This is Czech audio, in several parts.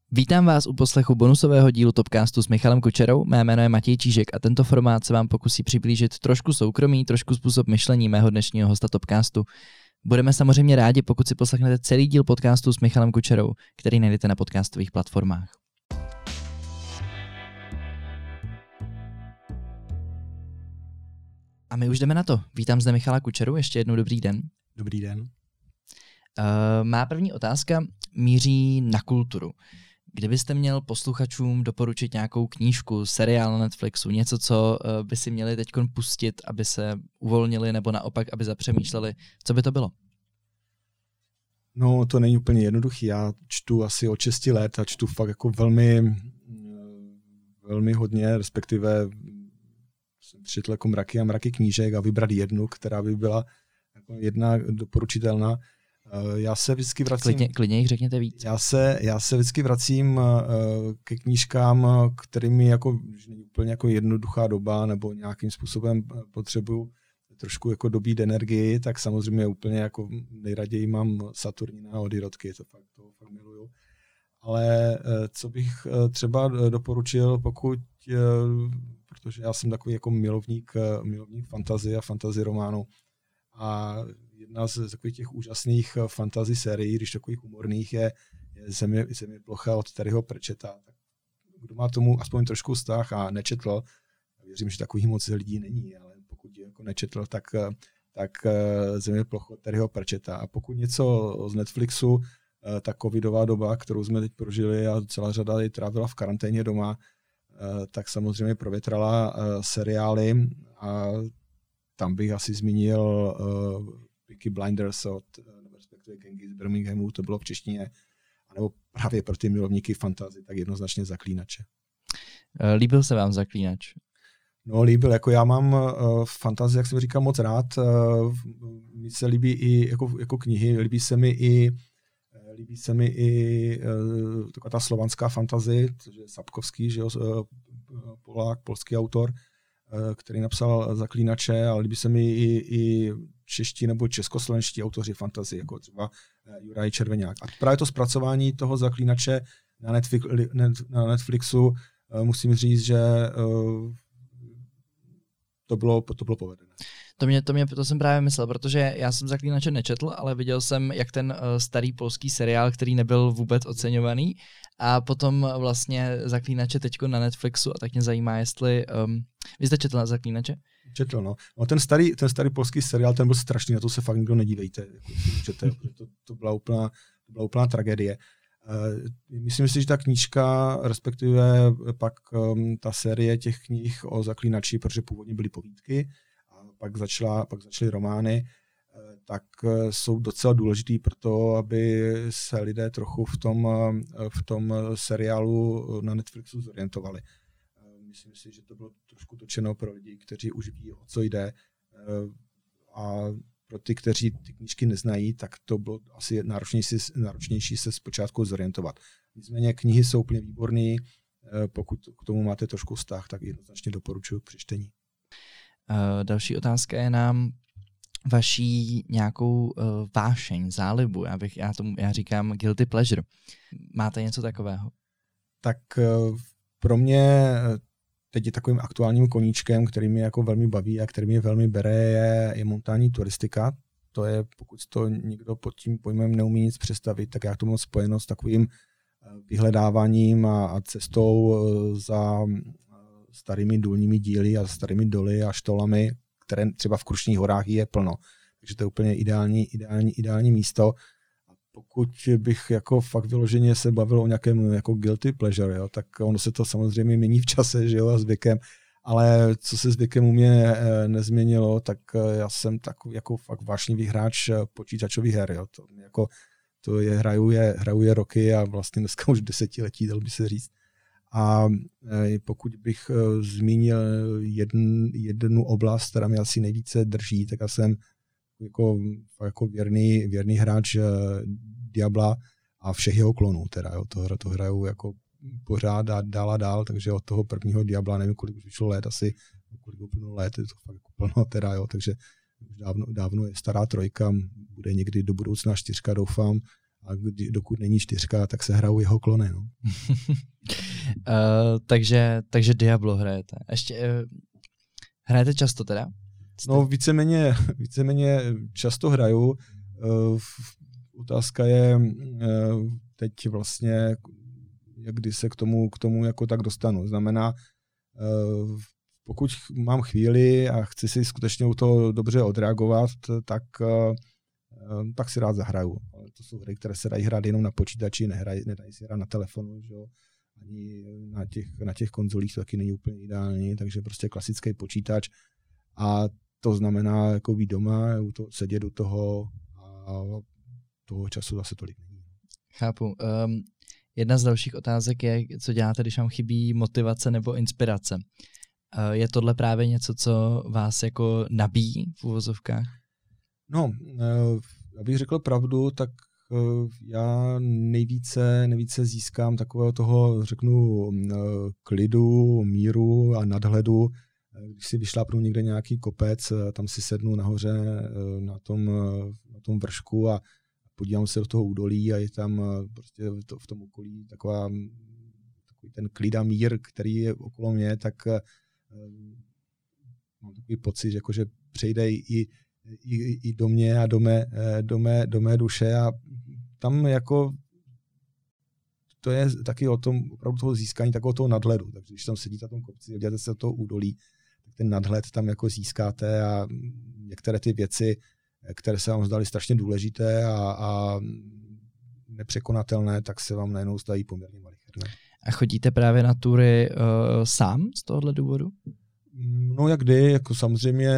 Vítám vás u poslechu bonusového dílu Topcastu s Michalem Kučerou. Mé jméno je Matěj Čížek a tento formát se vám pokusí přiblížit trošku soukromí, trošku způsob myšlení mého dnešního hosta Topcastu. Budeme samozřejmě rádi, pokud si poslechnete celý díl podcastu s Michalem Kučerou, který najdete na podcastových platformách. A my už jdeme na to. Vítám zde Michala Kučeru, ještě jednou dobrý den. Dobrý den. Má první otázka míří na kulturu. Kdybyste měl posluchačům doporučit nějakou knížku, seriál na Netflixu, něco, co by si měli teď pustit, aby se uvolnili, nebo naopak, aby zapřemýšleli, co by to bylo? No, to není úplně jednoduchý. Já čtu asi od 6 let a čtu fakt jako velmi hodně, respektive jsem přečetl jako mraky a mraky knížek a vybrat jednu, která by byla jako jedna doporučitelná. Já se vždycky vracím... Klidně jich řekněte víc. Já se vždycky vracím ke knížkám, kterými jako není úplně jako jednoduchá doba nebo nějakým způsobem potřebuju trošku jako dobít energii, tak samozřejmě úplně jako nejraději mám Saturnina od Jirotky, to fakt miluju. Ale co bych třeba doporučil, protože já jsem takový jako milovník fantasy a fantasy románu a jedna z takových těch úžasných fantasy sérií, když takových humorných, je Země plocha od Terryho Pratchetta. Kdo má tomu aspoň trošku vztah a nečetl, věřím, že takových moc lidí není, ale pokud je jako nečetl, tak Země plocha od Terryho Pratchetta. A pokud něco z Netflixu, ta covidová doba, kterou jsme teď prožili a celá řada ji trávila v karanténě doma, tak samozřejmě provětrala seriály a tam bych asi zmínil Peaky Blinders nebo respektive Gangy z Birminghamu, to bylo v češtině, anebo právě pro ty milovníky fantasy, tak jednoznačně Zaklínače. Líbil se vám Zaklínač? No, líbil, jako já mám fantasy, jak jsem říkal, moc rád. Mně se líbí i jako knihy, líbí se mi i taková ta slovanská fantasy, což je Sapkovský, že jo, Polák, polský autor, který napsal Zaklínače, ale líbí se mi i čeští nebo českoslovenští autoři fantasy, jako třeba Juraj Červeňák. A právě to zpracování toho Zaklínače na Netflixu musím říct, že to bylo povedené. To jsem právě myslel, protože já jsem Zaklínače nečetl, ale viděl jsem, jak ten starý polský seriál, který nebyl vůbec oceňovaný, a potom vlastně Zaklínače teďko na Netflixu, a tak mě zajímá, jestli... Vy jste četl na Zaklínače? Četl, no. Ten starý polský seriál, ten byl strašný, na to se fakt nikdo nedívejte. To byla úplná tragédie. Myslím si, že ta knížka, respektive pak ta série těch knih o Zaklínači, protože původně byly povídky, pak začaly romány, tak jsou docela důležitý pro to, aby se lidé trochu v tom seriálu na Netflixu zorientovali. Myslím si, že to bylo trošku točeno pro lidi, kteří už ví, o co jde, a pro ty, kteří ty knížky neznají, tak to bylo asi náročnější se zpočátku zorientovat. Nicméně knihy jsou úplně výborné, pokud k tomu máte trošku vztah, tak jednoznačně doporučuji k přečtení. Další otázka je nám vaší nějakou vášeň, zálibu. Já říkám guilty pleasure. Máte něco takového? Tak pro mě teď je takovým aktuálním koníčkem, který mě jako velmi baví a který mě velmi bere, je montánní turistika. To je, pokud to někdo pod tím pojmem neumí nic představit, tak já to mám spojeno s takovým vyhledáváním a cestou za starými důlními díly a starými doly a štolami, které třeba v Krušných horách je plno. Takže to je úplně ideální místo. A pokud bych jako fakt vyloženě se bavil o nějakém jako guilty pleasure, jo, tak ono se to samozřejmě mění v čase, že jo, a s věkem, ale co se s věkem u mě nezměnilo, tak já jsem takový jako fakt vášnivý hráč počítačových her, jo. Hraju je roky a vlastně dneska už 10letí, dalo by se říct. A pokud bych zmínil jednu oblast, která mě asi nejvíce drží, tak já jsem jako věrný hráč Diabla a všech jeho klonů. Teda, jo, to hraju jako pořád a dál, takže od toho prvního Diabla, nevím, kolik už vyšlo let, asi kolik uplynulo let, je to fakt jako plno, teda, jo, takže už dávno je stará 3, bude někdy do budoucna 4, doufám, a dokud není 4, tak se hrajou jeho klony. No. Takže Diablo hrajete. Ještě hrajete často teda? No víceméně často hraju. Otázka je teď vlastně, kdy se k tomu jako tak dostanu. Znamená, pokud mám chvíli a chci si skutečně u toho dobře odreagovat, tak si rád zahraju. Ale to jsou hry, které se dají hrát jenom na počítači, nedají si hrát na telefonu, že jo? Ani na těch konzolích to taky není úplně ideální, takže prostě klasický počítač a to znamená jako být doma, sedět u toho a toho času zase tolik není. Chápu. Jedna z dalších otázek je, co děláte, když vám chybí motivace nebo inspirace. Je tohle právě něco, co vás jako nabíjí v uvozovkách? No, abych řekl pravdu, tak já nejvíce získám takového toho, řeknu, klidu, míru a nadhledu, když si vyšlápnu někde nějaký kopec, tam si sednu nahoře na tom vršku a podívám se do toho údolí a je tam prostě v tom okolí takový ten klid a mír, který je okolo mě, tak mám takový pocit, že přejde i do mě a do mé duše a tam jako to je taky o tom opravdu toho získání takového toho nadhledu. Takže když tam sedíte na tom kopci a děláte se do toho údolí, tak ten nadhled tam jako získáte a některé ty věci, které se vám zdaly strašně důležité a nepřekonatelné, tak se vám najednou zdají poměrně malicherné. A chodíte právě na tury sám z tohohle důvodu? No jak kdy, jako samozřejmě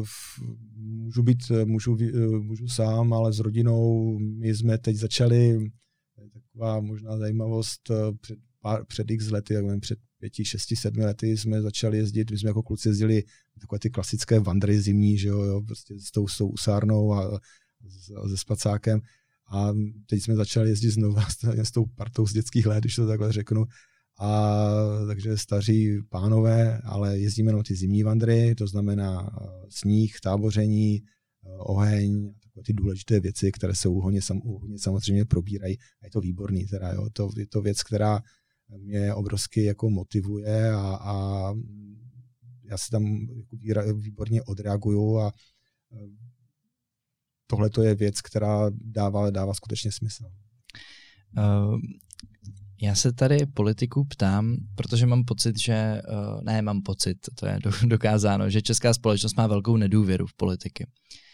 můžu sám, ale s rodinou my jsme teď začali, taková možná zajímavost, před x lety, před 5, 6, 7 lety jsme začali jezdit, my jsme jako kluci jezdili takové ty klasické vandry zimní, že jo, prostě s tou usárnou a se spacákem a teď jsme začali jezdit znovu s tou partou z dětských let, když to takhle řeknu. A takže staří pánové, ale jezdíme na ty zimní vandry, to znamená sníh, táboření, oheň, takové ty důležité věci, které se úhodně samozřejmě probírají. A je to výborný, teda, jo. Je to věc, která mě obrovsky jako motivuje a já si tam výborně odreaguju a tohle to je věc, která dává skutečně smysl. Já se tady politiků ptám, protože mám pocit, že, to je dokázáno, že česká společnost má velkou nedůvěru v politiky.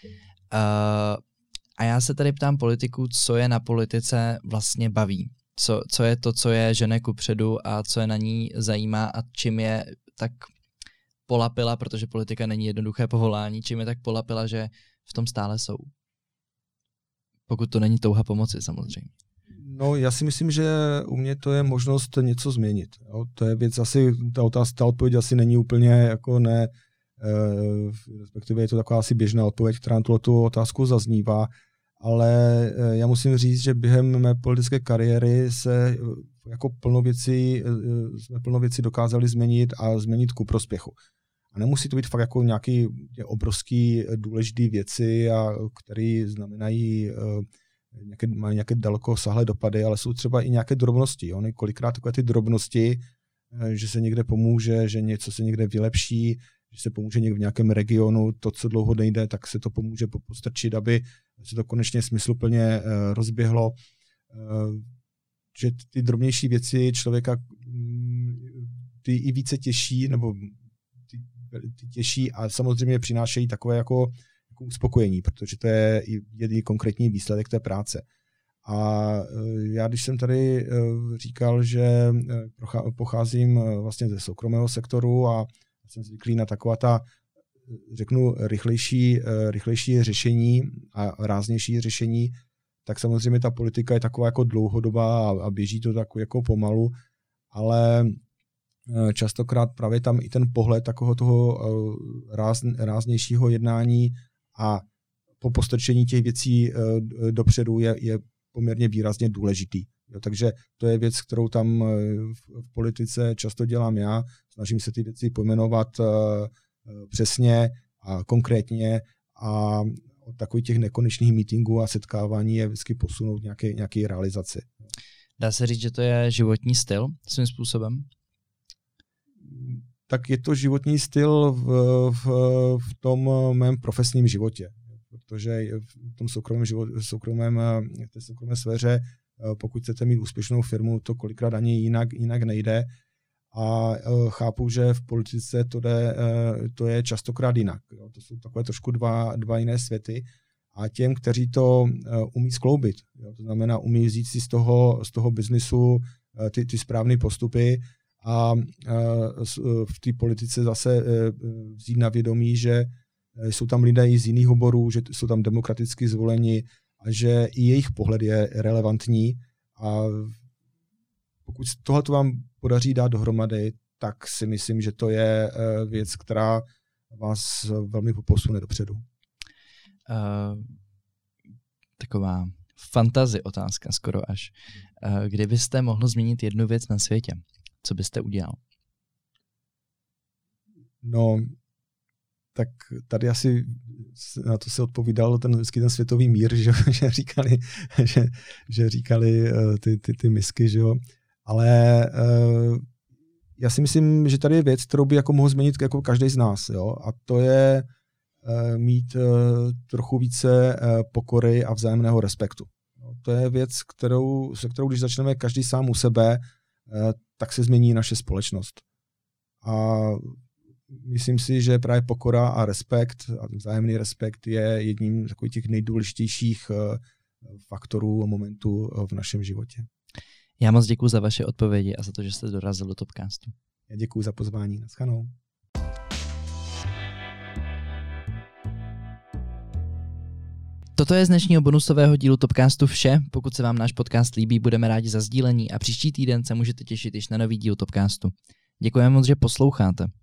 A já se tady ptám politiků, co je na politice vlastně baví. Co je to, co je žene kupředu a co je na ní zajímá a čím je tak polapila, protože politika není jednoduché povolání, čím je tak polapila, že v tom stále jsou. Pokud to není touha pomoci samozřejmě. No, já si myslím, že u mě to je možnost něco změnit. Jo? To je věc asi, ta odpověď asi není úplně jako ne, respektive je to taková asi běžná odpověď, která na tu otázku zaznívá, ale já musím říct, že během mé politické kariéry se jako plno věcí dokázali změnit a změnit ku prospěchu. A nemusí to být fakt jako nějaké obrovský důležité věci, které znamenají mají nějaké dalekosáhlé dopady, ale jsou třeba i nějaké drobnosti. Ony kolikrát takové ty drobnosti, že se někde pomůže, že něco se někde vylepší, že se pomůže někde v nějakém regionu, to, co dlouho nejde, tak se to pomůže postrčit, aby se to konečně smysluplně rozběhlo. Že ty drobnější věci člověka ty i více těší, nebo ty těší a samozřejmě přinášejí takové jako uspokojení, protože to je i konkrétní výsledek té práce. A já, když jsem tady říkal, že pocházím vlastně ze soukromého sektoru a jsem zvyklý na taková ta, řeknu, rychlejší řešení a ráznější řešení, tak samozřejmě ta politika je taková jako dlouhodobá a běží to tak jako pomalu, ale častokrát právě tam i ten pohled takového toho ráznějšího jednání a po postrčení těch věcí dopředu je poměrně výrazně důležitý. Jo, takže to je věc, kterou tam v politice často dělám já. Snažím se ty věci pojmenovat přesně a konkrétně a od takových těch nekonečných meetingů a setkávání je vždycky posunout nějaké realizaci. Dá se říct, že to je životní styl svým způsobem? Tak je to životní styl v tom mém profesním životě, protože v tom té soukromé sféře, pokud chcete mít úspěšnou firmu, to kolikrát ani jinak nejde. A chápu, že v politice to je častokrát jinak. Jo. To jsou takové trošku dva jiné světy. A těm, kteří to umí skloubit, jo, to znamená umí vzít si z toho biznisu ty správné postupy a v té politice zase vzít na vědomí, že jsou tam lidé i z jiných oborů, že jsou tam demokraticky zvoleni a že i jejich pohled je relevantní. A pokud tohle vám podaří dát dohromady, tak si myslím, že to je věc, která vás velmi posune dopředu. Taková fantasy otázka skoro až. Kdybyste mohl změnit jednu věc na světě, co byste udělal? No, tak tady asi na to se odpovídal ten světový mír, že říkali ty misky, že jo. Ale já si myslím, že tady je věc, kterou by jako mohl změnit jako každý z nás, jo. A to je mít trochu více pokory a vzájemného respektu. To je věc, se kterou když začneme každý sám u sebe, tak se změní naše společnost. A myslím si, že právě pokora a respekt, a vzájemný respekt je jedním z takových těch nejdůležitějších faktorů a momentů v našem životě. Já moc děkuji za vaše odpovědi a za to, že jste dorazil do Topcastu. Já děkuji za pozvání. Naschledanou. Toto je z dnešního bonusového dílu Topcastu vše. Pokud se vám náš podcast líbí, budeme rádi za sdílení a příští týden se můžete těšit již na nový díl Topcastu. Děkujeme moc, že posloucháte.